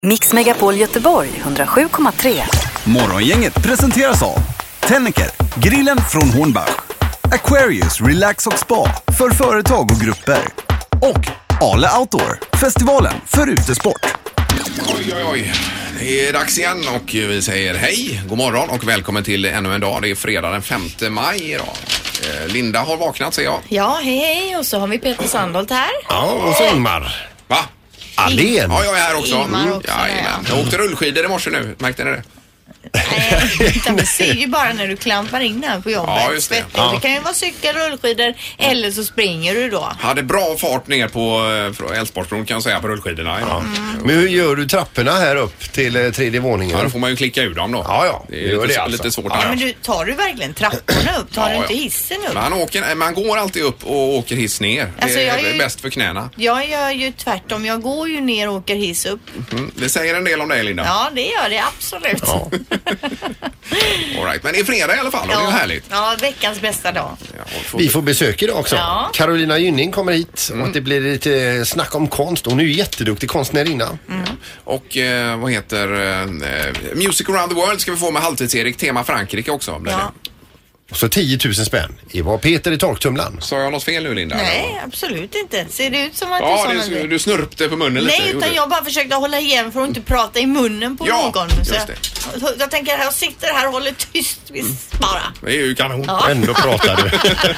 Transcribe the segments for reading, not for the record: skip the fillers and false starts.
Mix Megapol Göteborg 107,3. Morgongänget presenteras av Tennecker, grillen från Hornbach, Aquarius Relax och Spa för företag och grupper och Ale Outdoor, festivalen för utesport. Oj. Det är dags igen och vi säger hej, god morgon och välkommen till ännu en dag. Det är fredag den 5 maj idag. Linda har vaknat, säger jag. Ja, hej. Och så har vi Peter Sandholt här. Ja, och så Ingmar. Va? Alén. Ja, jag är här också. Ingmar också, Jajamän. Jag åkte rullskidor i morse nu, märkte ni det? Nej, det ser ju bara när du klampar in här på jobbet. Ja, just det. Ja. Det kan ju vara cykel, rullskidor eller så springer du då. Hade bra fart ner på Älvsborgsbron kan jag säga på rullskidorna idag. Men hur gör du trapporna här upp till tredje våningen? Ja, då får man ju klicka ur dem då. Ja, det är gör lite, det alltså. lite svårt Ja, här. men tar du verkligen trapporna upp? Tar du inte hissen upp? Man går alltid upp och åker hiss ner. Alltså, det jag är är ju- bäst för knäna. Jag gör ju tvärtom. Jag går ju ner och åker hiss upp. Det säger en del om dig, Linda. Ja, det gör det absolut. Ja. All right. Men det är fredag i alla fall och det är ju härligt. Ja, veckans bästa dag. Ja, Vi får besök idag också. Ja. Carolina Gynning kommer hit och det blir lite snack om konst. Hon är ju jätteduktig konstnärinna. Och vad heter Music around the world ska vi få med Halvtids-Erik. Tema Frankrike också. Blir Ja. det. Och så 10 000 spänn. Det var Peter i torktumlan. Sa jag något fel nu, Linda? Nej, absolut inte. Ser det ut som att Ja, du sa något? du snurpte på munnen lite. Nej, gjorde utan du? jag bara försökte hålla igen för att inte prata i munnen på Ja, någon. Så just jag tänker jag sitter här och håller tyst bara. Det är ju kanon. Ja. Ändå pratar du.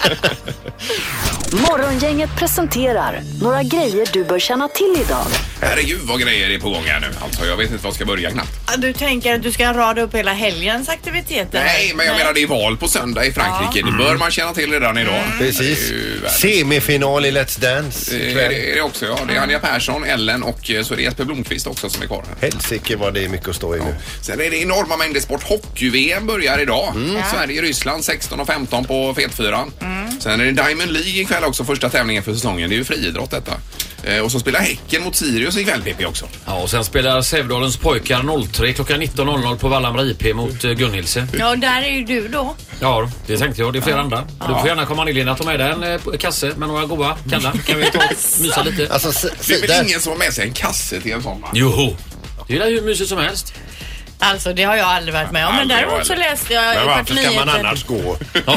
Morgongänget presenterar några grejer du bör känna till idag. Herregud vad grejer är på gång här nu. Alltså, jag vet inte vad jag ska börja knappt. Du tänker att du ska rada upp hela helgens aktiviteter? Nej, men jag menar det är val på söndag i Frankrike. Det bör man känna till redan idag. Precis. Det är ju världens- Semifinal i Let's Dance Det ikväll. är det också, ja. Det är Anja Persson, Ellen och så är det Jesper Blomqvist också som är kvar här. Helsike vad det är mycket att stå i nu. Sen är det enorma mängder sport. Hockey-VM börjar idag. Sverige-Ryssland 16:15 på Fetfyran. Sen är det Diamond League ikväll också, första tävlingen för säsongen. Det är ju friidrott detta. Och så spelar Häcken mot Sirius ikväll, PP också. Ja, och sen spelar Sävdalens pojkar 03 klockan 19.00 på Vallhamra IP mot Gunnhilse. Ja, där är ju du då. Ja, det tänkte jag. Det är flera andra. Du får gärna komma ner, Linda, ta med dig en kasse med några goda kallar. Kan vi ta och mysa lite? Alltså, Det är väl där. ingen som har med sig en kasse till en sån, va? Joho! Det är ju hur mysigt som helst. Alltså, det har jag aldrig varit med om. Men Aldrig, däremot så aldrig. läste jag Men i varför ska man Partnyheter, annars gå?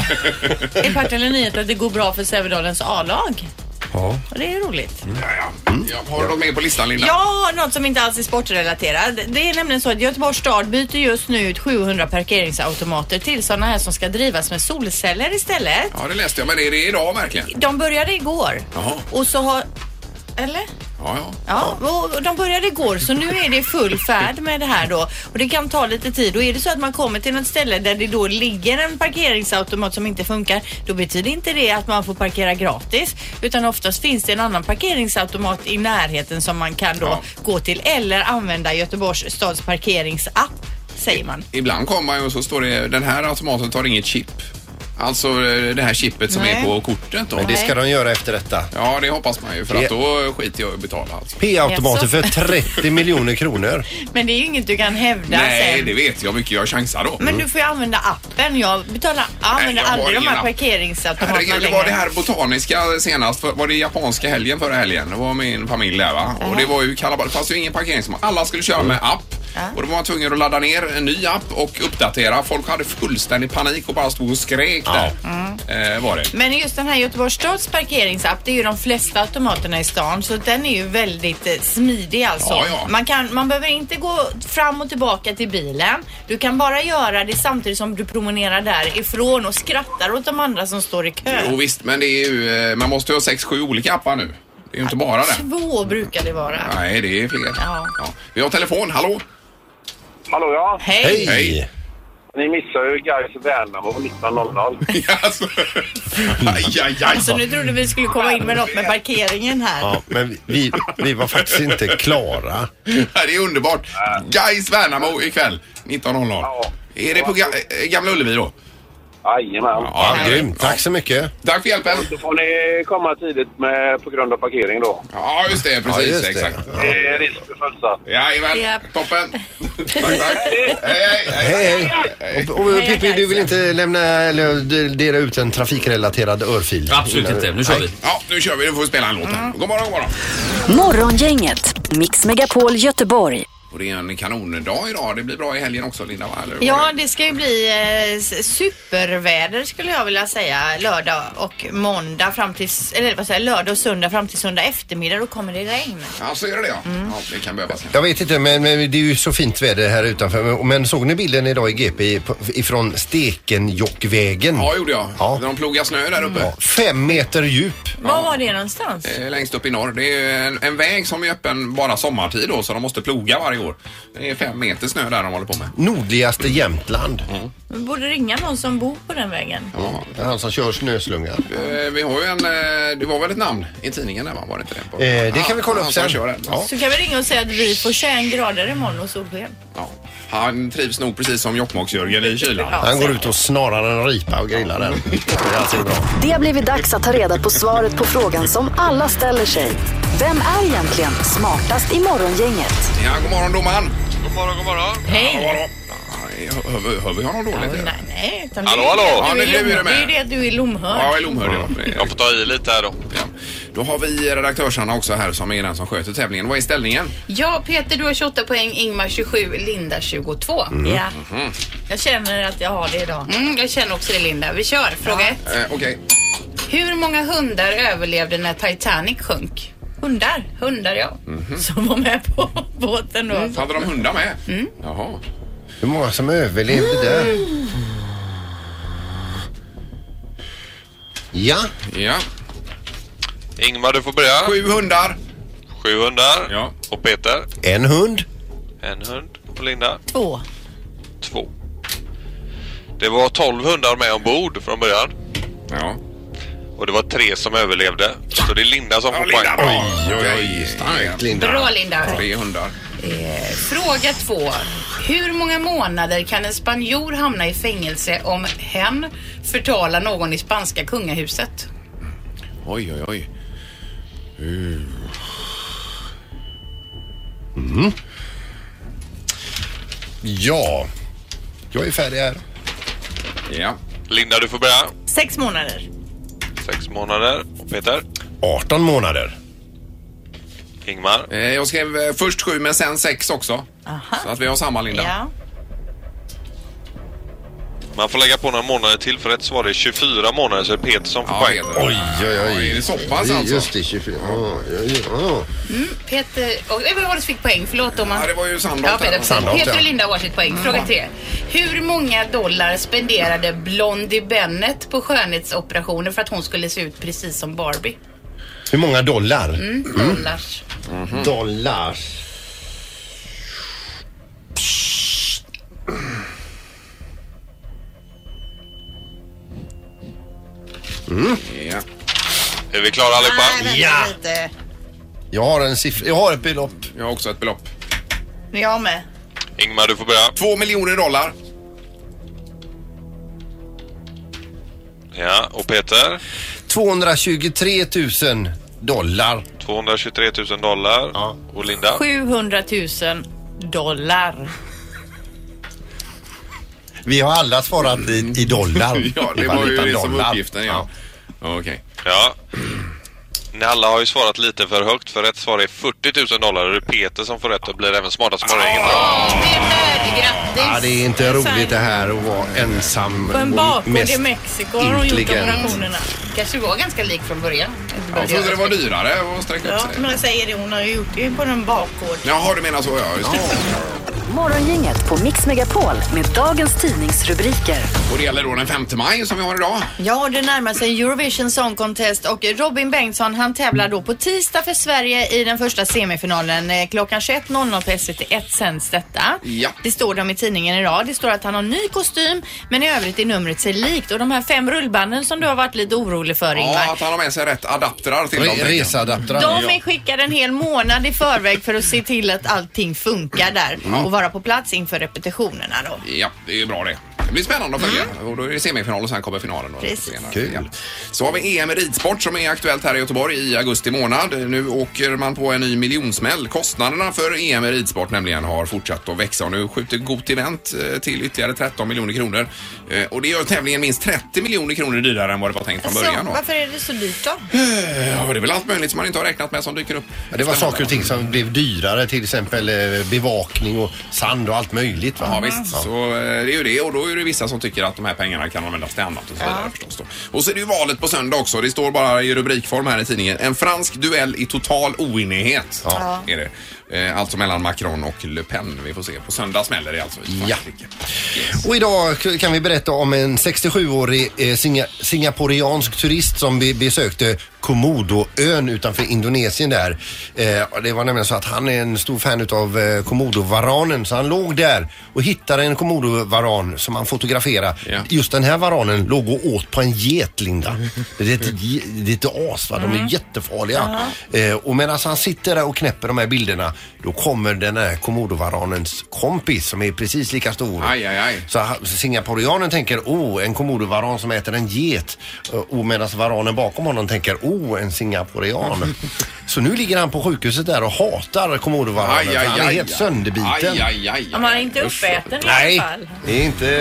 i Partille Nyheter att det går bra för Sävedalens A-lag. Ja. Och det är roligt. Ja, har du något med på listan, Linda? Ja, något som inte alls är sportrelaterat. Det är nämligen så att Göteborgs stad byter just nu ut 700 parkeringsautomater till sådana här som ska drivas med solceller istället. Ja, det läste jag. Men är det idag verkligen? De började igår. Jaha. Och så har... Eller? Ja. Ja, och de började igår så nu är det full färd med det här då. Och det kan ta lite tid. Och är det så att man kommer till något ställe där det då ligger en parkeringsautomat som inte funkar, då betyder inte det att man får parkera gratis. Utan oftast finns det en annan parkeringsautomat i närheten som man kan då gå till eller använda Göteborgs stads parkeringsapp, säger man. Ibland kommer man ju och så står det den här automaten tar inget chip. Alltså det här chippet som Nej. är på kortet då. Men det ska de göra efter detta. Ja, det hoppas man ju för att då skiter jag i att betala alltså. P-automater för 30 miljoner kronor. Men det är ju inget du kan hävda Nej, sen. det vet jag mycket jag chansar då. Men du får ju använda appen. Jag använder jag har aldrig de ingen här app. parkeringsautomaterna Herregud, det längre. var det här botaniska senast. Var det japanska helgen förra helgen? Det var min familj där, va? Och det var ju kalabalik. Det fanns ju ingen parkeringsmat. Alla skulle köra med app. Och då var man tvungen att ladda ner en ny app och uppdatera. Folk hade fullständig panik och bara stod och skrek där. Var det. Men just den här Göteborgs stads parkeringsapp, det är ju de flesta automaterna i stan, så den är ju väldigt smidig alltså. Ja. Man behöver inte gå fram och tillbaka till bilen. Du kan bara göra det samtidigt som du promenerar därifrån och skrattar åt de andra som står i kö. Jo visst, men det är ju, man måste ju ha 6-7 olika appar nu. Det är ju inte bara det. 2 brukar det vara. Nej, det är fler. Ja. Vi har telefon, hallå? Hallå ja, Hej! Hej. ni missar ju Gais Värnamo 19.00. Alltså, aj. Alltså nu trodde vi skulle komma in med något med parkeringen här. Ja, men vi var faktiskt inte klara. Det är underbart. Gais Värnamo ikväll 19.00. Ja. Är det på Gamla Ullevi då? Jajamän. Ja, grymt. Tack så mycket. Tack för hjälpen. Då får ni komma tidigt på grund av parkering då. Ja, just det. Precis, Ja, just det. exakt. Det är risk för fullsatt. Jajamän, Japp. toppen. Tack. Hej. Och Pippi, du vill inte lämna eller dela ut en trafikrelaterad örfil? Absolut inte. Nu kör vi. Ja, nu kör vi. Nu får vi spela en låt här. God morgon, god morgon. Morgongänget, Mix Megapol Göteborg. Och det är en kanondag idag. Det blir bra i helgen också, Linda, va? Eller ja, det ska ju bli superväder skulle jag vilja säga. Lördag och måndag fram till, eller vad säger, lördag och söndag fram till söndag eftermiddag. Då kommer det regn. Ja, så är det ja. Ja, det kan behövas. Jag vet inte, men det är ju så fint väder här utanför. Men såg ni bilden idag i GP ifrån Stekenjokkvägen? Ja, gjorde jag. Ja. De plogar snö där uppe. Ja, 5 meter djup. Var var det någonstans? Längst upp i norr. Det är en väg som är öppen bara sommartid då, så de måste ploga varje år. Det är 5 meter snö där de håller på med. Nordligaste Jämtland. Vi borde ringa någon som bor på den vägen. Ja. Det är han som kör snöslunga. Vi har ju det var väl ett namn i tidningen där, va? Var det inte det? Det kan vi kolla upp sen. Ja. Så kan vi ringa och säga att vi får 21 grader imorgon och solsken. Ja. Han trivs nog precis som Jokkmokks-Jörgen i kylan. Ja, Han går ut och snarar en ripa och grillar den. Det är alltså bra. Det har blivit dags att ta reda på svaret på frågan som alla ställer sig. Vem är egentligen smartast i morgongänget? Ja, god morgon domaren. God morgon. Hej! Hör vi honom dåligt? Nej, utan Hallå, det är hallå. det att Ja, du men nu är är du med. det är det att du är lomhörd. Ja, jag är lomhörd. Ja. Jag får ta i lite här då. Ja. Då har vi redaktörsarna också här som är den som sköter tävlingen. Vad är ställningen? Ja, Peter, du har 28 poäng, Ingmar 27, Linda 22. Ja. Jag känner att jag har det idag. Jag känner också det, Linda. Vi kör. Fråga 1. Okej. Hur många hundar överlevde när Titanic sjönk? Hundar, ja. Som var med på båten då. Hade de hundar med? Jaha. Hur många som överlevde där? Ja. Ja. Ingmar, du får börja. 7 hundar. 7 hundar. Ja. Och Peter. En hund. En hund. Och Linda. 2. 2. Det var 12 hundar med ombord från början. Ja. Och det var 3 som överlevde. Så det är Linda som får poäng. Linda, bra. Oj, starkt, Linda. Bra, Linda. 3 hundar. Fråga 2. Hur många månader kan en spanjor hamna i fängelse om hen förtalar någon i spanska kungahuset? Oj. Ja. Jag är färdig här. Ja. Linda, du får börja. 6 månader. 6 månader. Och Peter. 18 månader. Ingmar. Jag skrev först 7 men sen 6 också. Aha. Så att vi har samma, Linda. Ja. Man får lägga på några månader till, för rätt svar är 24 månader, så är det Peter som får Ja, poäng. Peter. Oj. Är det så pass alltså? Just det, 24. Ja. Peter och vem var det som fick poäng? Förlåt om man... Ja, det var ju Sandholt. Ja, Peter, Sandholt, Peter ja. och Linda har varsitt poäng. Fråga 3. Hur många dollar spenderade Blondie Bennett på skönhetsoperationer för att hon skulle se ut precis som Barbie? Hur många dollar? Dollars. Dollars. Ja. Är vi klara allihopa? Ja. Jag har en siffra. Jag har ett belopp. Jag har också ett belopp. Jag med. Ingmar, du får börja. 2 miljoner dollar. Ja, och Peter. 223 000 dollar. 223 000 dollar. Ja. Och Linda. 700 000 dollar. Vi har alla svarat i dollar. Ja, det I var ju valutan det som dollar. uppgiften, ja. Okej. Ja. Ni alla har ju svarat lite för högt, för rätt svar är 40 000 dollar. Och det är Peter som får rätt och blir även smartast som morgon. Peter, grattis! Ja, det är inte roligt det här att vara ensam. På en och bakgård mest i Mexiko har de gjort intelligent. operationerna. Kanske var ganska lik från början. Jag trodde det var dyrare att sträcka upp Ja, sig. men jag säger det, hon har ju gjort det på en bakgård. Jaha, du menar så, ja. Just det. Morgongänget på Mix Megapol med dagens tidningsrubriker. Och det gäller då den 5 maj som vi har idag. Ja, det närmar sig Eurovision Song Contest och Robin Bengtsson, han tävlar då på tisdag för Sverige i den första semifinalen. Klockan 21.00 på SVT1 sänds detta. Ja. Det står de i tidningen idag. Det står att han har ny kostym, men i övrigt är numret sig likt. Och de här 5 rullbanden som du har varit lite orolig för, Ingmar. Ja, att han har med sig rätt adaptrar till dem. Resadaptrar. De är skickade en hel månad i förväg för att se till att allting funkar där och vara på plats inför repetitionerna då. Ja, det är bra det. Det blir spännande att följa. Och då är det semifinal och sen kommer finalen. Då. Kul. Så har vi EM i ridsport som är aktuellt här i Göteborg i augusti månad. Nu åker man på en ny miljonsmäll. Kostnaderna för EM i ridsport nämligen har fortsatt att växa och nu skjuter Got Event till ytterligare 13 miljoner kronor. Och det gör tävlingen minst 30 miljoner kronor dyrare än vad det var tänkt från början. Varför är det så dyrt då? Ja, det är väl allt möjligt som man inte har räknat med som dyker upp. Ja, det var saker och ting som blev dyrare, till exempel bevakning och sand och allt möjligt. Va? Ja visst, så det är ju det och då är det vissa som tycker att de här pengarna kan användas till annat och så vidare förstås då. Och så är det ju valet på söndag också, det står bara i rubrikform här i tidningen. En fransk duell i total oenighet är det. Alltså mellan Macron och Le Pen. Vi får se. På söndag smäller det alltså i Frankrike. Yes. Och idag kan vi berätta om en 67-årig singaporiansk turist som besökte Komodoön utanför Indonesien där. Det var nämligen så att han är en stor fan utav komodovaranen, så han låg där och hittade en komodovaran som han fotograferade. Ja. Just den här varanen låg och åt på en get, Linda. Det är ett as, va? De är jättefarliga. Och medan han sitter där och knäpper de här bilderna, då kommer den här komodovaranens kompis som är precis lika stor. Så singaporianen tänker, en komodovaran som äter en get. Och medan varanen bakom honom tänker, en singaporian. Så nu ligger han på sjukhuset där och hatar komodovaranen. Han är helt sönderbiten. Om han är inte uppäten i alla fall. Nej,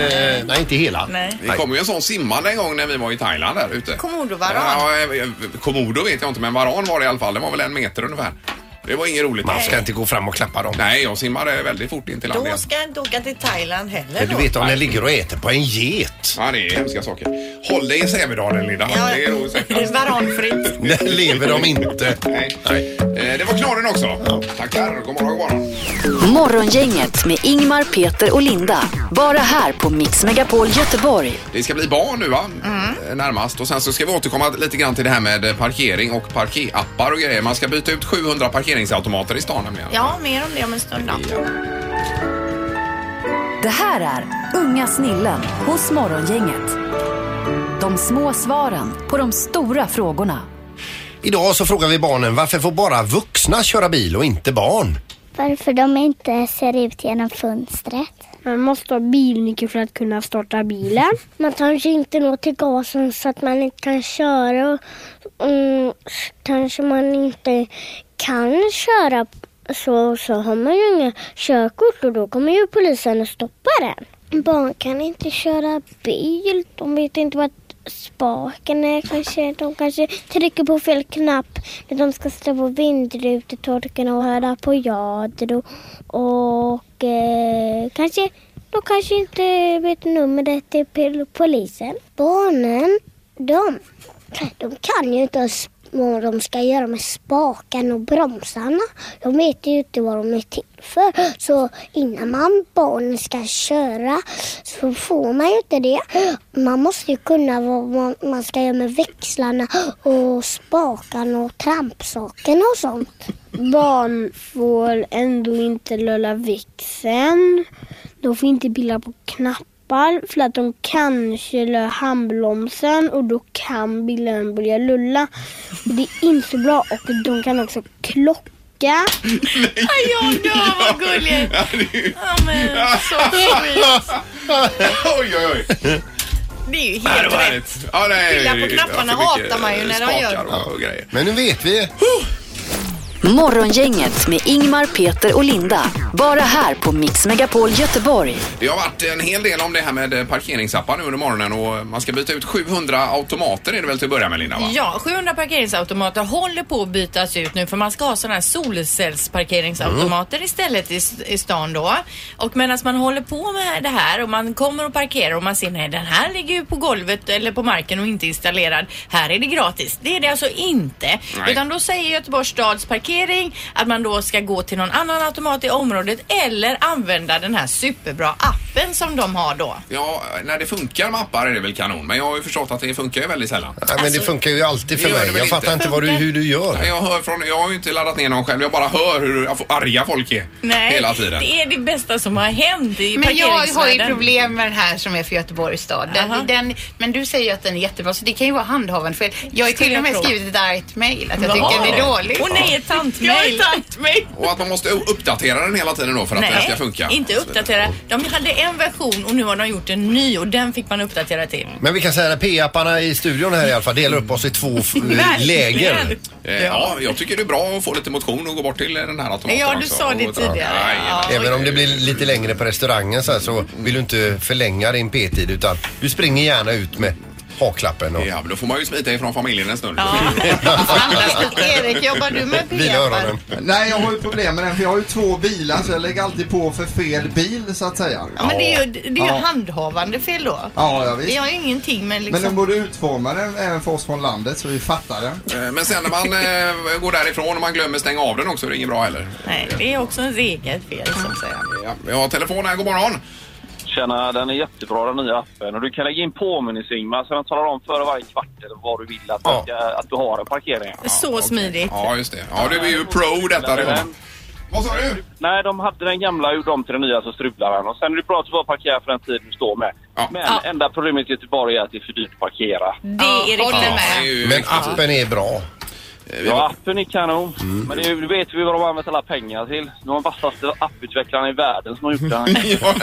inte hela. Nej. Det kom ju en sån simmande en gång när vi var i Thailand där ute. Komodovaran? Komodo vet jag inte, men varan var det i alla fall. Det var väl 1 meter ungefär. Det var inget roligt. Man ska inte gå fram och klappa dem. Nej, jag simmade väldigt fort in till landet. Då ska jag inte åka till Thailand heller. Men du vet om den ligger och äter på en get. Ja, det är hemska saker. Håll dig i Sävedalen, Linda. Ja, det är nog säkert. Varanfritt. Där lever de inte. Nej. Det var knorren också. Ja. Tackar. God morgon. Morgongänget med Ingmar, Peter och Linda. Bara här på Mix Megapol Göteborg. Det ska bli barn nu, va? Närmast. Och sen så ska vi återkomma lite grann till det här med parkering och parkerappar och grejer. Man ska byta ut 700 parkeringsautomater i stan nämligen. Ja, mer om det om en stund då. Det här är Unga snillen hos Morgongänget. De små svaren på de stora frågorna. Idag så frågar vi barnen, varför får bara vuxna köra bil och inte barn? Varför de inte ser ut genom fönstret. Man måste ha bilnyckel för att kunna starta bilen. Man kanske inte når till gasen så att man inte kan köra. Kanske man inte kan köra så har man ju inga körkort och då kommer ju polisen att stoppa den. Barn kan inte köra bil. De vet inte vad spaken är kanske. De kanske trycker på fel knapp när de ska slå på vindrutetorken och höra på ljudet och kanske de kanske inte vet numret till polisen. Barnen, de kan ju inte vad de ska göra med spaken och bromsarna. De vet ju inte vad de är till för. Så innan barnen ska köra så får man ju inte det. Man måste ju kunna vad man ska göra med växlarna och spakarna och trampsakerna och sånt. Barn får ändå inte lulla växeln. De får inte pilla på knappar för att de kanske lör handbromsen och då kan bilen börja lulla. Och det är inte så bra och de kan också klocka. Jag dör, vad gulligt. Ja, men så sweet. Oj. Det är ju helt rätt. Ja, pilla på knapparna hatar man ju när de gör. Men nu vet vi. Morgongänget med Ingmar, Peter och Linda. Bara här på Mix Megapol Göteborg. Det har varit en hel del om det här med parkeringsappar nu under morgonen och man ska byta ut 700 automater är det väl till att börja med, Linda, va? Ja, 700 parkeringsautomater håller på att bytas ut nu för man ska ha sådana här solcellsparkeringsautomater istället i stan då. Och medan man håller på med det här och man kommer och parkerar och man ser nej, den här ligger ju på golvet eller på marken och inte installerad. Här är det gratis. Det är det alltså inte. Nej. Utan då säger Göteborgs stads parkering att man då ska gå till någon annan automat i området eller använda den här superbra appen som de har då. Ja, när det funkar med appar är det väl kanon. Men jag har ju förstått att det funkar ju väldigt sällan. Ja, men det funkar ju alltid för mig. Jag fattar inte hur du gör. Nej, jag har ju inte laddat ner någon själv. Jag bara hör hur arga folk är hela tiden. Det är det bästa som har hänt i men jag har ju problem med den här som är för Göteborgs stad. Men du säger ju att den är jättebra så det kan ju vara handhaven. För jag har till och med skrivit ett argt mejl att jag tycker den är dålig. Och nej, Och att man måste uppdatera den hela tiden då för att den ska funka. Nej, inte uppdatera. De hade en version och nu har de gjort en ny och den fick man uppdatera till. Men vi kan säga att P-apparna i studion här i alla fall delar upp oss i 2 läger. Ja, jag tycker det är bra att få lite motion och gå bort till den här automaten. Ja, du sa det tidigare. Även om det blir lite längre på restaurangen så vill du inte förlänga din P-tid utan du springer gärna ut med haklappen. Och... Ja, men då får man ju smita ifrån familjen en stund. Erik, jobbar du med P-appar? Nej, jag har ju problem med den för jag har ju 2 bilar så jag lägger alltid på för fel bil så att säga. Ja, men det är ju handhavande fel då. Ja, visst. Det har ju ingenting med liksom... Men de borde utforma den även för oss från landet så vi fattar det. Men sen när man går därifrån och man glömmer stänga av den också, det är inget bra heller. Nej, det är också en regel fel så att säga. Ja, vi har telefon här, god morgon. Tjena, den är jättebra den nya appen och du kan lägga in påminnelse Ingmar så den talar om före varje kvart eller vad du vill att du har en parkering. Så smidigt. Ja, just det. Ja, det är ju pro detta. Vad sa du? Nej, de hade den gamla och gjorde om till den nya så strular den. Och sen är det bra att du får parkera för den tid du står med. Ja. Men enda problemet i Göteborg är att det är för dyrt att parkera. Det är riktigt med. Men appen är bra. Ja, appen är kanon. Men nu vet vi vad de har använt alla pengar till. Nu har de vassaste apputvecklarna i världen som har gjort det här.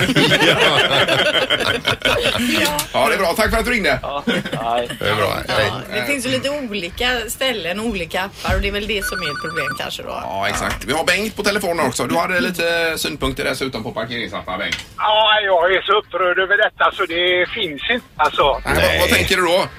Ja, det är bra. Tack för att du ringde. Ja, nej. Det är bra. Det finns ju lite olika ställen, olika appar och det är väl det som är ett problem kanske då. Ja, exakt. Vi har Bengt på telefonen också. Du hade lite synpunkter dessutom på parkeringsappar, Bengt. Ja, jag är så upprörd över detta så det finns inte. Alltså. Vad tänker du då?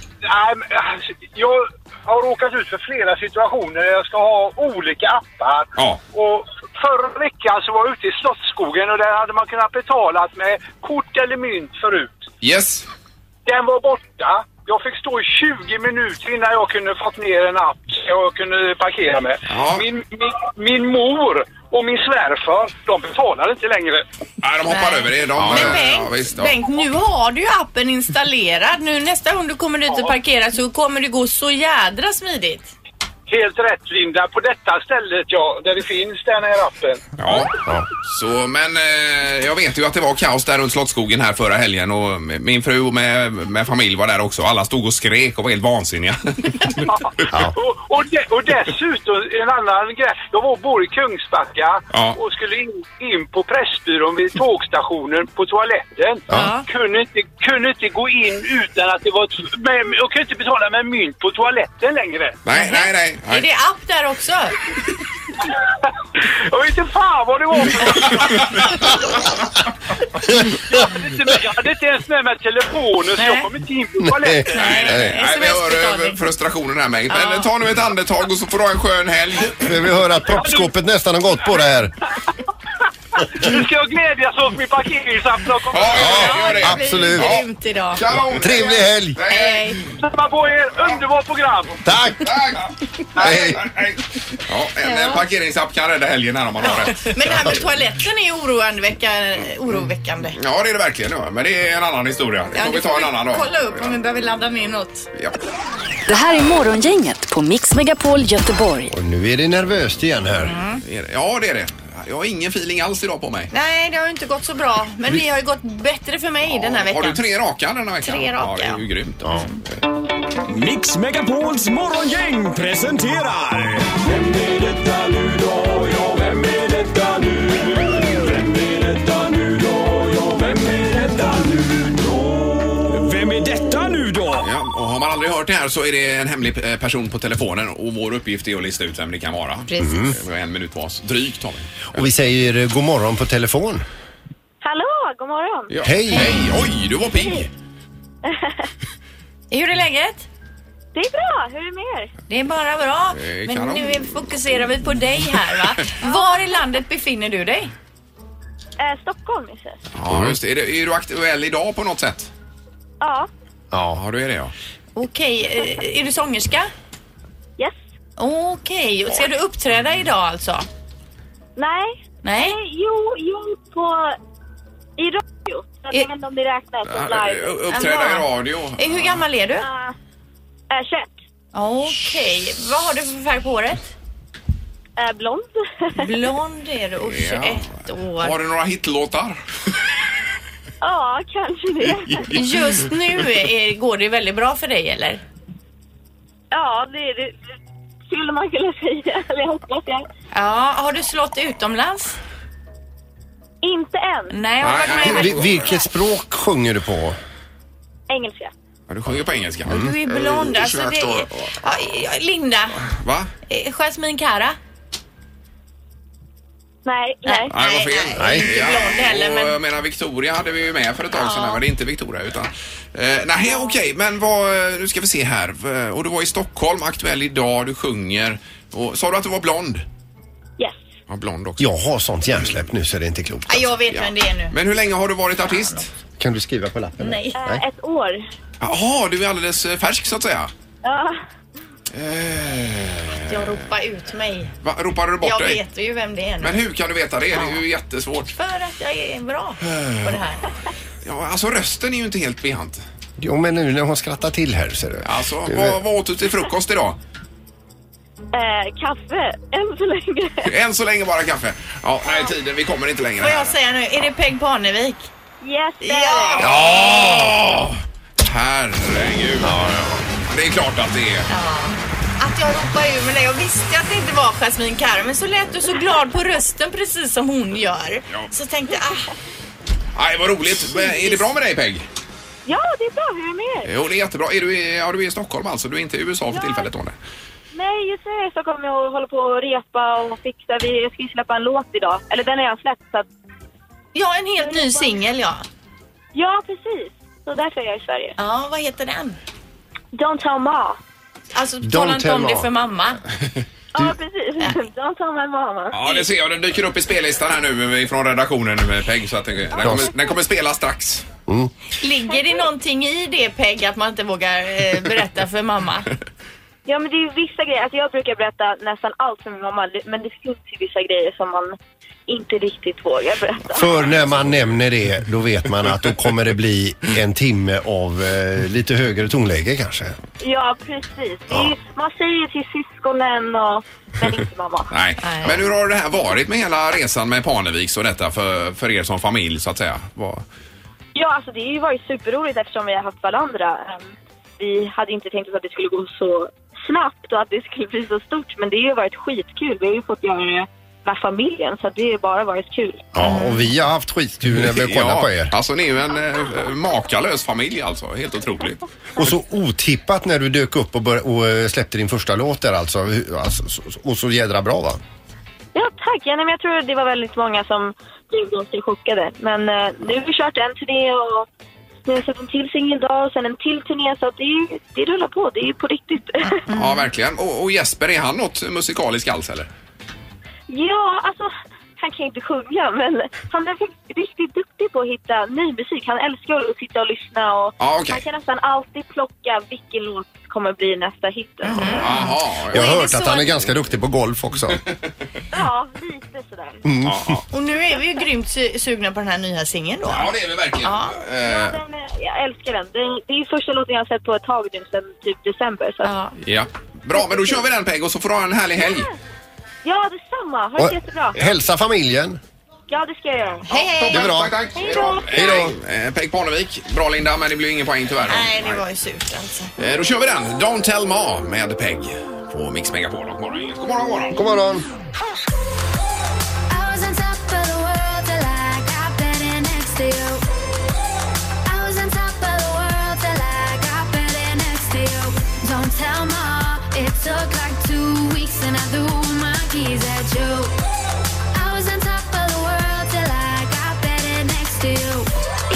Jag har råkat ut för flera situationer där jag ska ha olika appar. Ja. Och förra veckan så var jag ute i Slottsskogen och där hade man kunnat betala med kort eller mynt förut. Yes. Den var borta. Jag fick stå i 20 minuter innan jag kunde fått ner en app jag kunde parkera med. Ja. Min mor och min svärfar, de betalar inte längre. Nej, de hoppar över det. Men Bengt, nu har du ju appen installerad. Nu nästa gång du kommer ut och parkerar så kommer det gå så jädra smidigt. Helt rätt, Linda. På detta stället, där det finns den här appen. Ja. Så, men jag vet ju att det var kaos där runt Slottsskogen här förra helgen och min fru med familj var där också. Alla stod och skrek och var helt vansinniga. Och dessutom en annan grej. Jag bor i Kungsbacka och skulle in på Pressbyrån vid tågstationen på toaletten. Kunde inte gå in utan att det var... Jag kunde inte betala med mynt på toaletten längre. Nej. Är det app där också? Jag vet inte fan vad det var. Jag hade inte ens med mig telefonen så jag kom inte in på toaletten. Nej, vi hör frustrationen här med. Men ta nu ett andetag och så får du ha en skön helg. Vi hör att proppskåpet nästan har gått på det här. Nu ska jag glädjas åt min parkeringsapp. Ja, det absolut. blir grymt idag. Trevlig helg. Hej. Samma på er. Underbart program. Tack. Hej. Ja, en parkeringsapp kan rädda helgen här om man har rätt. Men det här med toaletten är oroväckande. Ja, det är det verkligen. Ja. Men det är en annan historia. Det får vi ta en annan dag. Kolla upp om vi behöver ladda ner något. Ja. Det här är Morgongänget på Mix Megapol Göteborg. Och nu är det nervöst igen här. Ja, det är det. Jag har ingen feeling alls idag på mig. Nej, det har ju inte gått så bra. Men det har ju gått bättre för mig den här veckan. Har du 3 raka den här veckan? 3 raka. Ja, det är ju grymt. Ja. Mix Megapols morgongäng presenterar... Vem är detta nu då? Ja, vem är detta nu? Vem är detta nu då? Ja, vem är detta nu då? Vem är detta nu då? Ja, och har man aldrig hört det här så är det en hemlig person på telefonen och vår uppgift är att lista ut vem det kan vara. Precis. Vi har 1 minut på oss. Drygt har vi. Och vi säger god morgon på telefon. Hallå, god morgon. Ja. Hej. Oj, du var pigg. Hur är läget? Det är bra, hur är det med er? Det är bara bra. Men nu fokuserar vi på dig här, va? Var i landet befinner du dig? Stockholm, Ja, just det. Är du aktuell idag på något sätt? Ja. Ja, du är det, ja. Okej, är du sångerska? Yes. Okej, ska du uppträda idag alltså? Nej. Jo, i radio. Jag vet inte om det räknas som live. Uppträda i radio. Hur gammal är du? 21. Okej, vad har du för färg på håret? Blond. Blond är du och 21 år. Har du några hitlåtar? Ja, kanske det. Just nu går det väldigt bra för dig, eller? Ja, det skulle man kunna säga. Eller hoppas jag. Ja, har du slått utomlands? Inte än. Nej, Vilket språk sjunger du på? Engelska. Ja, du sjunger på engelska. Du är blond. Alltså Linda. Va? Jasmine Cara. Nej. Nej, det var fel. Nej. Inte blond heller, men... Jag menar, Victoria hade vi ju med för ett tag sedan, men det är inte Victoria utan... nej, okej, men nu ska vi se här. Och du var i Stockholm, aktuell idag, du sjunger. Och sa du att du var blond? Yes. Ja, blond också. Jag har sånt hjärnsläpp nu så det är inte klokt. Ja, jag vet vem det är nu. Men hur länge har du varit artist? Kan du skriva på lappen? Nej. 1 år. Jaha, du är alldeles färsk så att säga. Ja. Jag ropar ut mig. Va, ropar du bort jag dig? Jag vet ju vem det är nu. Men hur kan du veta det? Det är ju jättesvårt. För att jag är bra på det här. Ja, alltså rösten är ju inte helt bekant. Jo, men nu när hon skrattar till här ser du. Alltså, vad åt du till frukost idag? Kaffe, än så länge. Än så länge bara kaffe. Ja, nej, tiden, vi kommer inte längre. Får jag säga nu, är det Peg Parnevik? Yes, ja! Ja! Herregud. Ja. Det är klart att det är. Ja. Att jag ropar ur med det. Jag visste att det inte var Jasmine Cara, men så lät du så glad på rösten precis som hon gör. Ja. Så tänkte jag, Nej, vad roligt. Är det bra med dig, Peg? Ja, det är bra. Hur är det med er? Jo, det är jättebra. Du är i Stockholm alltså? Du är inte i USA för tillfället då? Nej, just det. Så kommer jag hålla på och repa och fixa. Jag ska ju släppa en låt idag. Eller den är jag släppt så att... Ja, en helt ny singel, ja. Ja, precis. Så därför är jag i Sverige. Ja, vad heter den? Don't tell ma. Alltså, tala inte om det för mamma. Ja, precis. Don't tell my mama. Ja, det ser jag. Den dyker upp i spellistan här nu från redaktionen med Peg. Så att den kommer spela strax. Mm. Ligger det någonting i det, Peg, att man inte vågar berätta för mamma? Ja, men det är ju vissa grejer. Alltså jag brukar berätta nästan allt för min mamma. Men det finns ju vissa grejer som man inte riktigt vågar berätta. För när man nämner det, då vet man att då kommer det bli en timme av lite högre tonläge kanske. Ja, precis. Det är ju, man säger ju till syskonen men inte mamma. Nej. Men hur har det här varit med hela resan med Parneviks och detta för er som familj så att säga? Ja, alltså det har ju varit superroligt eftersom vi har haft varandra. Vi hade inte tänkt oss att det skulle gå så snabbt och att det skulle bli så stort. Men det har ju varit skitkul. Vi har ju fått göra det med familjen så det har bara varit kul. Ja, och vi har haft skitkul när vi kollar på er. Alltså ni är ju en makalös familj alltså. Helt otroligt. Och så otippat när du dök upp och släppte din första låt där alltså. Och så jädra bra, va? Ja, tack. Ja, men jag tror det var väldigt många som blev ganska chockade. Men nu har vi kört en turné och nu har sett en till singel idag och sen en till turné så att det rullar på. Det är ju på riktigt. Ja, verkligen. Och Jesper, är han något musikalisk alls eller? Ja, alltså han kan inte sjunga men han är riktigt duktig på att hitta ny musik. Han älskar att sitta och lyssna och han kan nästan alltid plocka vilken låt kommer bli nästa hit. Jag har hört att han är ganska duktig på golf också. Ja, lite sådär. Mm. Och nu är vi ju grymt sugna på den här nya singeln då. Ja, det är vi verkligen. Ja. Jag älskar den. Det är ju första låten jag har sett på ett tag nu sedan typ december. Så. Ja. Bra, men då kör vi den, Peg, och så får du ha en härlig helg. Ja, detsamma. Ha det jättebra. Hälsa familjen. Ja, det ska jag göra. Hej. Det är bra. Tack. Hej då. Hej då. Peg Parnevik. Bra, Linda, men det blir ingen poäng tyvärr. Nej, det var ju surt alltså. Då kör vi den. Don't Tell Ma med Peg på Mix Megapol. God morgon. God morgon. God morgon. It took like 2 weeks and I threw my keys at you. I was on top of the world till I got better next to you.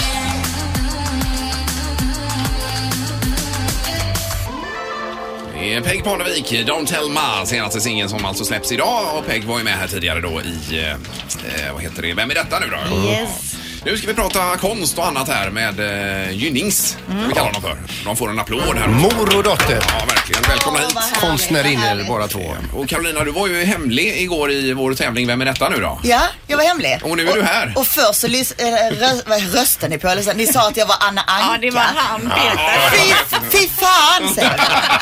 Peg Parnevik, Don't Tell Ma, senaste singeln som alltså släpps idag. Och Peg var ju med här tidigare då i, vad heter det, Vem är detta nu då? Yes. Nu ska vi prata konst och annat här med Gynnings, vi kallar dem för. De får en applåd här. Mor och dotter. Ja, verkligen. Välkomna hit. Konstnärinner båda två. Och Carolina, du var ju hemlig igår i vår tävling Vem är detta nu då? Ja, jag var hemlig. Och nu är du här. Och först så röstade ni på, eller så, ni sa att jag var Anna Anka. Ja, det var han, Peter. Fy fan, säger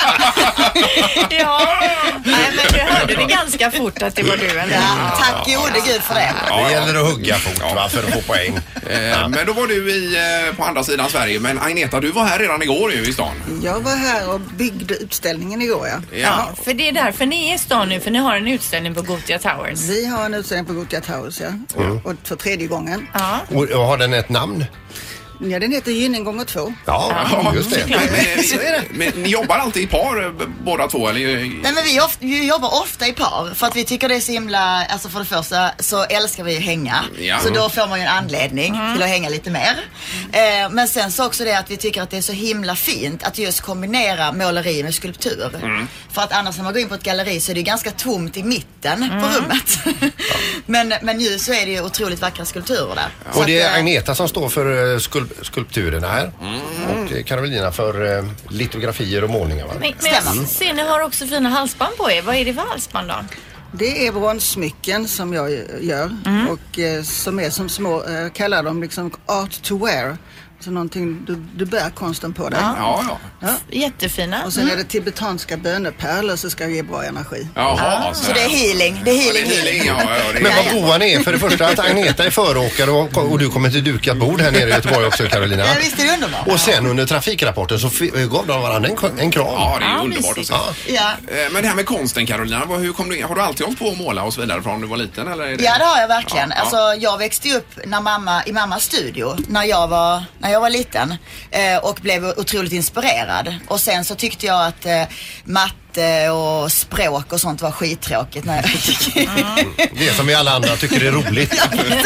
Ja, nej, men du hörde det ganska fort att det var du. Eller? Ja, tack gode gud för det. Det gäller att hugga fort va, för att få poäng. Men då var du på andra sidan Sverige. Men Agneta, du var här redan igår i stan. Jag var här och byggde utställningen igår, Ja, för det är därför ni är i stan nu, för ni har en utställning på Gothia Towers. Vi har en utställning på Gothia Towers, och för 3:e gången. Ja. Och har den ett namn? Ja, den heter Gynning gånger 2. Ja, just det. Men ni jobbar alltid i par båda två? Eller? Nej, men vi jobbar ofta i par för att vi tycker det är så himla, alltså för det första så älskar vi att hänga. Ja. Så då får man ju en anledning till att hänga lite mer. Men sen så också det att vi tycker att det är så himla fint att just kombinera måleri med skulptur. För att annars när man går in på ett galleri så är det ganska tomt i mitten på rummet. men nu så är det ju otroligt vackra skulpturer där. Och det är Agneta som står för skulpturerna här. Och Carolina för litografier och målningar, va? Men jag ser ni har också fina halsband på er. Vad är det för halsband då? Det är bronsmycken som jag gör och som är som små, kallar dem liksom art to wear. Så någonting, du bär konsten på dig. Ja. Jättefina. Och sen är det tibetanska bönepärlor så ska ge bra energi. Jaha, så det är healing. Det är healing. Men vad goa ni är. För det första att Agneta är föråkare och du kommer till dukat bord här nere i Göteborg också, Carolina. Ja, visst är det underbart. Och sen under trafikrapporten så gav de varandra en kram. Ja, det är underbart att se. Ja. Men det här med konsten, Carolina, hur kom du in? Har du alltid hållit på att måla och så vidare från du var liten? Eller är det... Ja, det har jag verkligen. Alltså, jag växte upp i mammas studio när jag var liten och blev otroligt inspirerad. Och sen så tyckte jag att matte och språk och sånt var skittråkigt när jag gick. Det som vi alla andra tycker är roligt.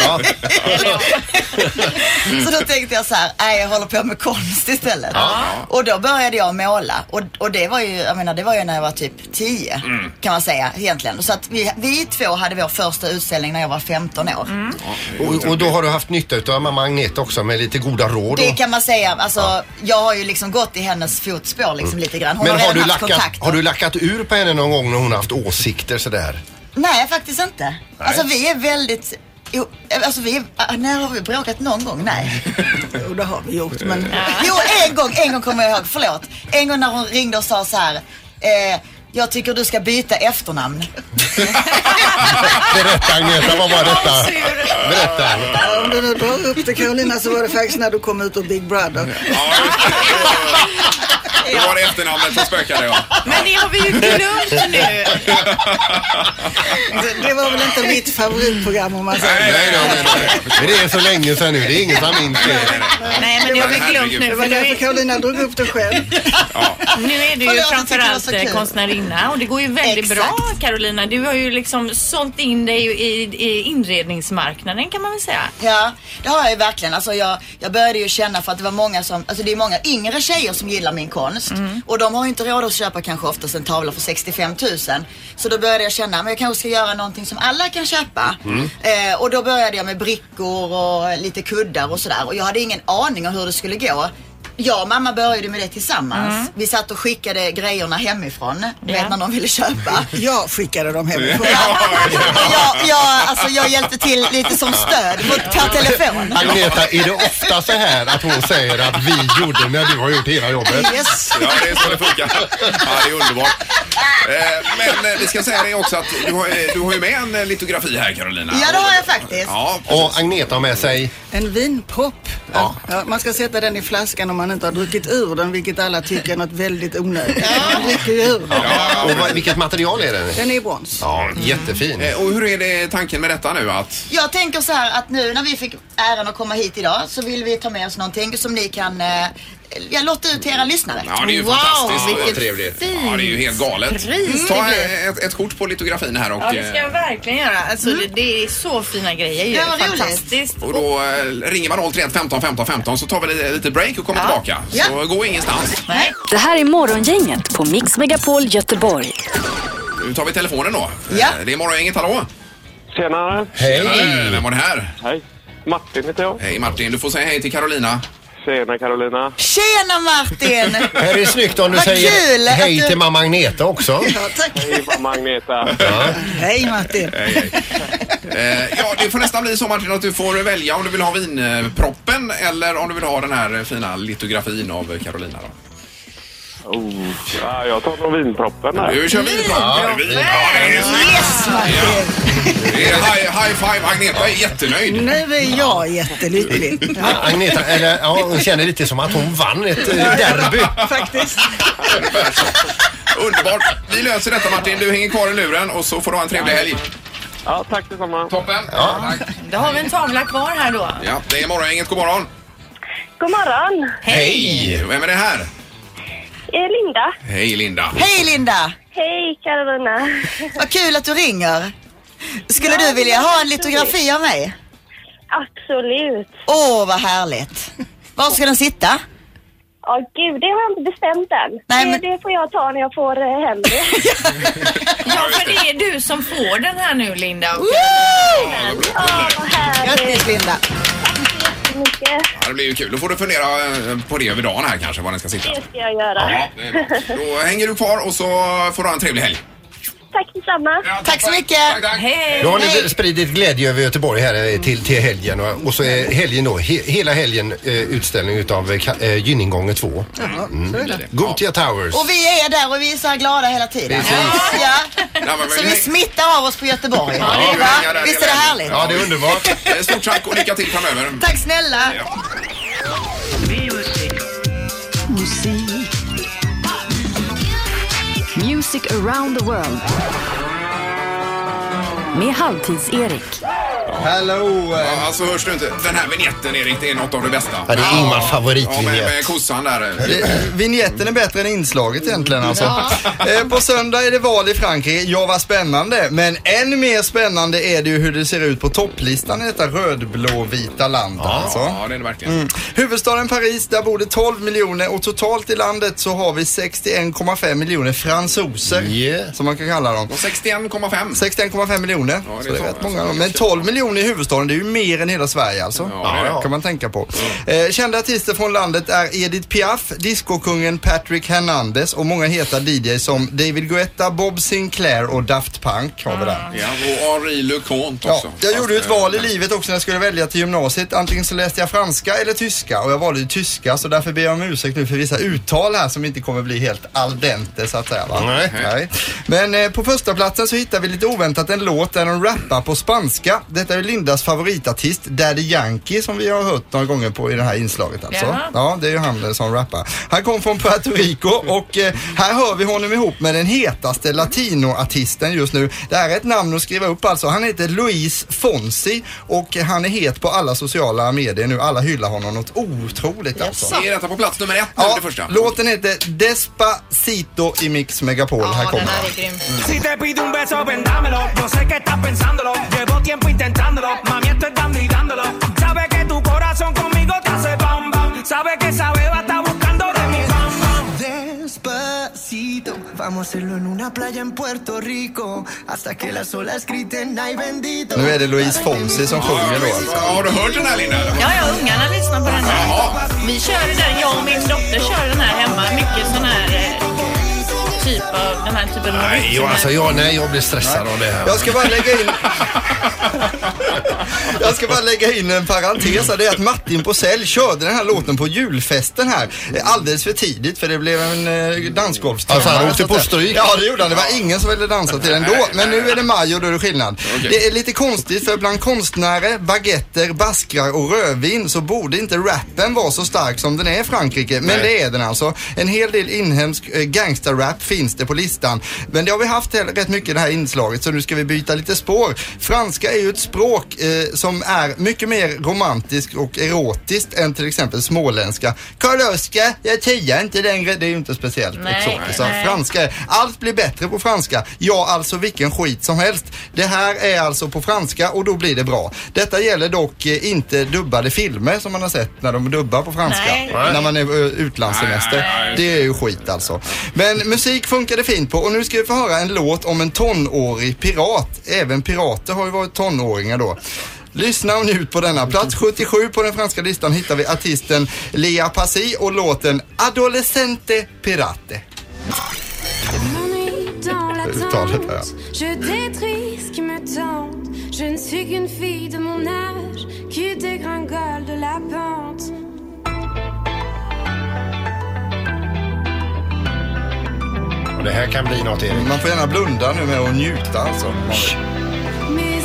Så då tänkte jag så här, jag håller på med konst istället. Och då började jag måla. Och det var ju, det var ju när jag var typ 10 kan man säga egentligen. Så att vi två hade vår första utställning när jag var 15 år. Och då har du haft nytta av mamma Agneta också med lite goda råd. Det kan man säga. Alltså, jag har ju liksom gått i hennes fotspår liksom lite grann. Hon men har du lackat ur på henne någon gång när hon har haft åsikter sådär? Nej, faktiskt inte. Nej. Alltså vi är väldigt... när har vi bråkat någon gång? Nej. Jo, det har vi gjort, men... Jo, en gång kommer jag ihåg, förlåt. En gång när hon ringde och sa så här... jag tycker du ska byta efternamn. Berätta, Agneta, vad var detta? Berätta. Om du nu drar upp det, Carolina, så var det faktiskt när du kom ut ur Big Brother. Då var det efternamnet som spökade, Men det har vi ju glömt nu. Det var väl inte mitt favoritprogram om man säger. Nej. Det är så länge sedan nu. Det är ingen som minns det. Nej, men det har vi glömt nu. Det var därför Carolina drog upp det själv. Nu är du ju framförallt konstnärinna och det går ju väldigt bra, Carolina. Du har ju liksom sålt in dig i inredningsmarknaden, kan man väl säga. Ja, det har jag ju verkligen. Alltså jag började ju känna för att det var många som... Alltså det är många yngre tjejer som gillar min konst. Och de har ju inte råd att köpa kanske oftast en tavla för 65 000. Så då började jag känna, men jag kanske ska göra någonting som alla kan köpa. Och då började jag med brickor och lite kuddar och sådär. Och jag hade ingen aning om hur det skulle gå. Jag och mamma började med det tillsammans. Vi satt och skickade grejerna hemifrån. Vet när de ville köpa. Jag skickade dem hemifrån. Jag hjälpte till lite som stöd per telefon. Agneta, är det ofta så här att hon säger att vi gjorde när du har gjort hela jobbet? Yes. Ja, det är så det funkar. Ja, det är underbart. Men vi ska säga det också att du har ju med en litografi här, Carolina. Ja, det har jag faktiskt. Ja, och Agneta har med sig en vinpropp. Ja, man ska sätta den i flaskan om man inte har druckit ur den, vilket alla tycker är något väldigt onödigt. Man dricker ju ur den. Och vilket material är den? Den är brons. Ja, jättefin. Och hur är det tanken med detta nu? Jag tänker så här att nu när vi fick äran att komma hit idag så vill vi ta med oss någonting som ni kan låta ut till era lyssnare. Ja, det är ju fantastiskt och trevligt. Ja, det är ju helt galet. Ta ett kort på litografin här. Och, ja, det ska jag verkligen göra. Alltså, det är så fina grejer. Det är fantastiskt. Och då ringer man 031 15 15 15 så tar vi lite break och kommer tillbaka. Så gå ingenstans. Nej. Det här är Morgongänget på Mix Megapol Göteborg. Nu tar vi telefonen då. Ja. Det är Morgongänget, hallå? Tjena. Hej. Vem var det här? Hej. Martin heter jag. Hej Martin, du får säga hej till Carolina. Tjena Carolina. Tjena Martin! Här är snyggt om du vad säger kul hej till mamma Agneta också. Ja, tack. Hej mamma Agneta. Ja. Hej Martin. Hej. Ja, det får nästan bli så Martin att du får välja om du vill ha vinproppen eller om du vill ha den här fina litografin av Carolina då. Ja, jag tar nog vinproppen här. Du kör vinproppen. Yes Martin! Det är high five. Agneta är jättenöjd. Nu är jag jättelycklig. Ja, Agneta, hon känner lite som att hon vann ett derby. Faktiskt. Underbart. Vi löser detta, Martin. Du hänger kvar i luren och så får du ha en trevlig helg. Ja, tack detsamma. Toppen. Ja. Tack. Då har vi en tavla kvar här då. Ja, det är Morgongänget. God morgon. God morgon. Hej. Vem är det här? Linda. Hej, Linda. Hej Linda! Hej Carolina. Vad kul att du ringer. Skulle du vilja ha en litografi av mig? Absolut. Åh, vad härligt. Var ska den sitta? Ja, gud, det har jag inte bestämt än. Nej, men... det får jag ta när jag får hem det. Ja, för det är du som får den här nu, Linda. Ja, vad härligt. Grattis, Linda. Mycket. Ja, det blir ju kul. Då får du fundera på det över dagen här kanske, var den ska sitta. Det ska jag göra. Ja, det är bra. Då hänger du kvar och så får du ha en trevlig helg. Tack detsamma. Ja, tack så mycket. Tack. Hej. Då har ni spridit glädje över Göteborg här till helgen och så är helgen då, hela helgen utställning utav Gynningången 2. Gothia Towers. Och vi är där och vi är så glada hela tiden. Ja. Så vi smittar av oss på Göteborg. Ja, visst är det härligt? Ja, det är underbart. Stort tack och lycka till framöver. Tack snälla. Ja. Music around the world. Med Halvtids-Erik. Hello! Ja, alltså hörs du inte? Den här vignetten, Erik, det är något av det bästa. Ja, det är Ingmars favoritvinjett. Ja, med kossan där. Vignetten är bättre än inslaget egentligen alltså. På söndag är det val i Frankrike. Ja, vad spännande. Men än mer spännande är det ju hur det ser ut på topplistan i detta rödblå-vita land. Alltså. Ja, det är det verkligen. Huvudstaden Paris, där bor det 12 miljoner och totalt i landet så har vi 61,5 miljoner fransoser. Som man kan kalla dem. Och 61,5. 61,5 miljoner. Ja, så det är rätt många. Men 12 miljoner i huvudstaden, det är ju mer än hela Sverige alltså. Ja, kan man tänka på. Kända artister från landet är Edith Piaf, discokungen Patrick Hernandez och många heta DJs som David Guetta, Bob Sinclair och Daft Punk har vi där. Ja, och Henri Leconte också. Jag gjorde ett val i livet också när jag skulle välja till gymnasiet. Antingen så läste jag franska eller tyska och jag valde ju tyska, så därför ber jag om ursäkt nu för vissa uttal här som inte kommer bli helt al dente så att säga, va? Nej. Men på första platsen så hittar vi lite oväntat en låt där de rappar på spanska. Detta är Lindas favoritartist Daddy Yankee som vi har hört några gånger på i det här inslaget alltså. Jaha. Ja, det är ju han som rappar. Han kom från Puerto Rico och här hör vi honom ihop med den hetaste latinoartisten just nu. Det här är ett namn att skriva upp alltså. Han heter Luis Fonsi och han är het på alla sociala medier nu. Alla hyllar honom något otroligt alltså. Är detta på plats nummer 1 nu, det första? Låten heter Despacito i Mix Megapol. Här kommer den här är grym. Si te pido un beso, vendámelo. Yo sé que estás pensándolo. Llevo tiempo intentándolo. Mami, esto es dando y dándolo. Sabe que tu corazón conmigo te hace bam bam. Sabe que esa beba está buscando de mi bam bam. Despacito, vamos a hacerlo en una playa en Puerto Rico. Hasta que las olas griten, ay bendito. Nu är det Luis Fonsi som sjunger då alltså. Har du hört den här, Linda? Ja, ungarna lyssnar på den här. Vi kör den, jag och min dotter kör den här hemma. Mycket sån här typ av den här typen av Nej, jag blir stressad av det här. Jag ska bara lägga in en parentes. Det är att Martin Posell körde den här låten på julfesten här alldeles för tidigt, för det blev en dansgolfström. Alltså han åkte på stryk. Ja, det gjorde han. Det var ingen som ville dansa till den då. Men nu är det maj och då är det skillnad. Okay. Det är lite konstigt, för bland konstnärer, baguetter, baskrar och rödvin så borde inte rappen vara så stark som den är i Frankrike. Men det är den alltså. En hel del inhemsk gangsterrap finns det på listan. Men det har vi haft rätt mycket i det här inslaget, så nu ska vi byta lite spår. Franska är ju ett språk som är mycket mer romantiskt och erotiskt än till exempel småländska. Karl-Oskar, jag tigar inte längre. Det är ju inte speciellt exotiskt. Så franska är, allt blir bättre på franska. Ja, alltså vilken skit som helst. Det här är alltså på franska och då blir det bra. Detta gäller dock inte dubbade filmer som man har sett när de dubbar på franska. När man är utlandssemester. Det är ju skit alltså. Men musik funkar det fint på, och nu ska vi få höra en låt om en tonårig pirat. Även pirater har ju varit tonåringar då. Lyssna och njut på denna. Plats 77 på den franska listan hittar vi artisten Lea Passy och låten Adolescente Pirate. Uttalet här. Je détruis ce qui me tente. Je ne suis qu'une fille de mon âge qui dégringole de la pente. Det här kan bli något, Erik. Man får gärna blunda nu med att njuta alltså. Mais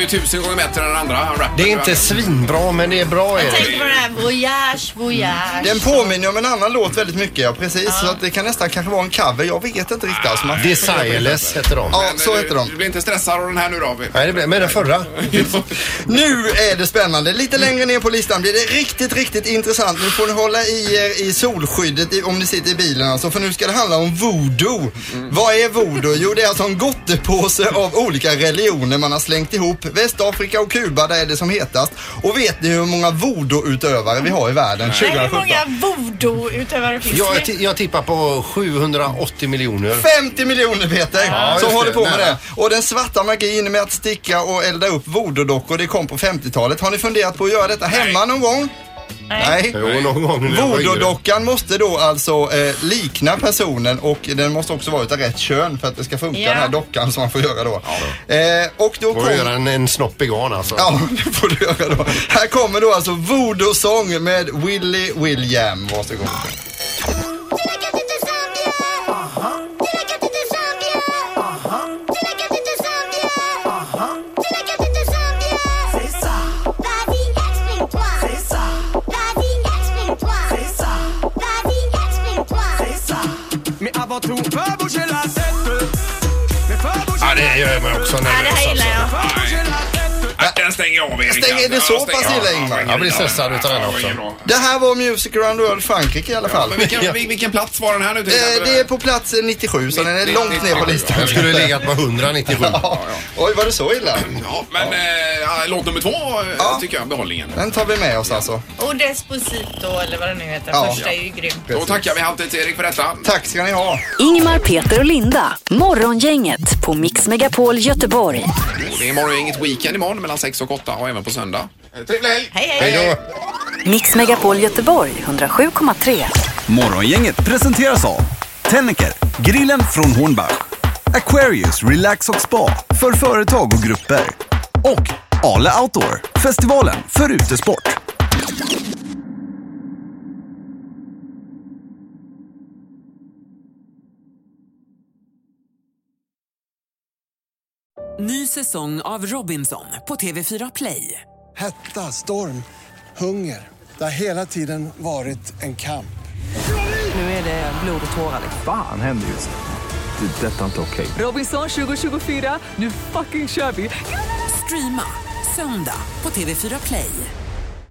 ju 1000 gånger bättre än den andra rappen. Det är inte svinbra, men det är bra. Jag tänker på den här voyage. Den påminner om en annan låt väldigt mycket, ja precis. Så att det kan nästan kanske vara en cover. Jag vet inte riktigt. Alltså, Desireless heter de. Ja, så heter de. Du blir inte stressad av den här nu då? Nej, det blir med den förra. Nu är det spännande. Lite längre ner på listan blir det riktigt intressant. Nu får ni hålla i er i solskyddet om ni sitter i bilen alltså, för nu ska det handla om voodoo. Vad är voodoo? Jo, det är alltså en gottepåse av olika religioner man har slängt ihop. Västafrika och Kuba, där är det som hetast. Och vet ni hur många voodoo-utövare vi har i världen? Nej, hur många voodoo-utövare finns det? Jag tippar på 780 miljoner. 50 miljoner, Peter, som håller på med det. Och den svarta magin med att sticka och elda upp voodoo-dockor, det kom på 50-talet. Har ni funderat på att göra detta hemma någon gång? Nej. Voodoo-dockan måste då alltså likna personen, och den måste också vara utav rätt kön för att det ska funka, den här dockan som man får göra då. Och då får du göra en snoppig garn alltså. Ja, det får du göra då. Här kommer då alltså voodoo-sång med Willie William. Varsågod. Ja, det gör man också. Ja, det här gillar jag. Den stänger jag av, Erik. Är det så pass illa, Ingmar? Jag blir stressad utav den också. Det här var Music Around the World Frankrike i alla fall. Men vilken plats var den här nu? Det är på plats 97, så den är långt ner på listan. Den skulle legat på 197. Oj, var det så illa? Ja, men låt nummer 2 tycker jag, behållningen. Den tar vi med oss alltså. Och Desposito, eller vad det nu heter. Första är ju grymt. Då tackar vi alltid Erik för detta. Tack ska ni ha. Ingmar, Peter och Linda. Morgongänget på Mix Megapol Göteborg. Det är morgongänget weekend imorgon mellan 6 och 8 och även på söndag. Trevlig helg! Hej då! Mix Megapol Göteborg 107,3. Morgongänget presenteras av Tennecker, grillen från Hornbach, Aquarius Relax och Spa för företag och grupper och Ale Outdoor, festivalen för utesport. Ny säsong av Robinson på TV4 Play. Hetta, storm, hunger. Det har hela tiden varit en kamp. Nu är det blod och tårar. Fan händer just det. Det är detta inte okej. Robinson 2024, nu fucking kör vi. Streama söndag på TV4 Play.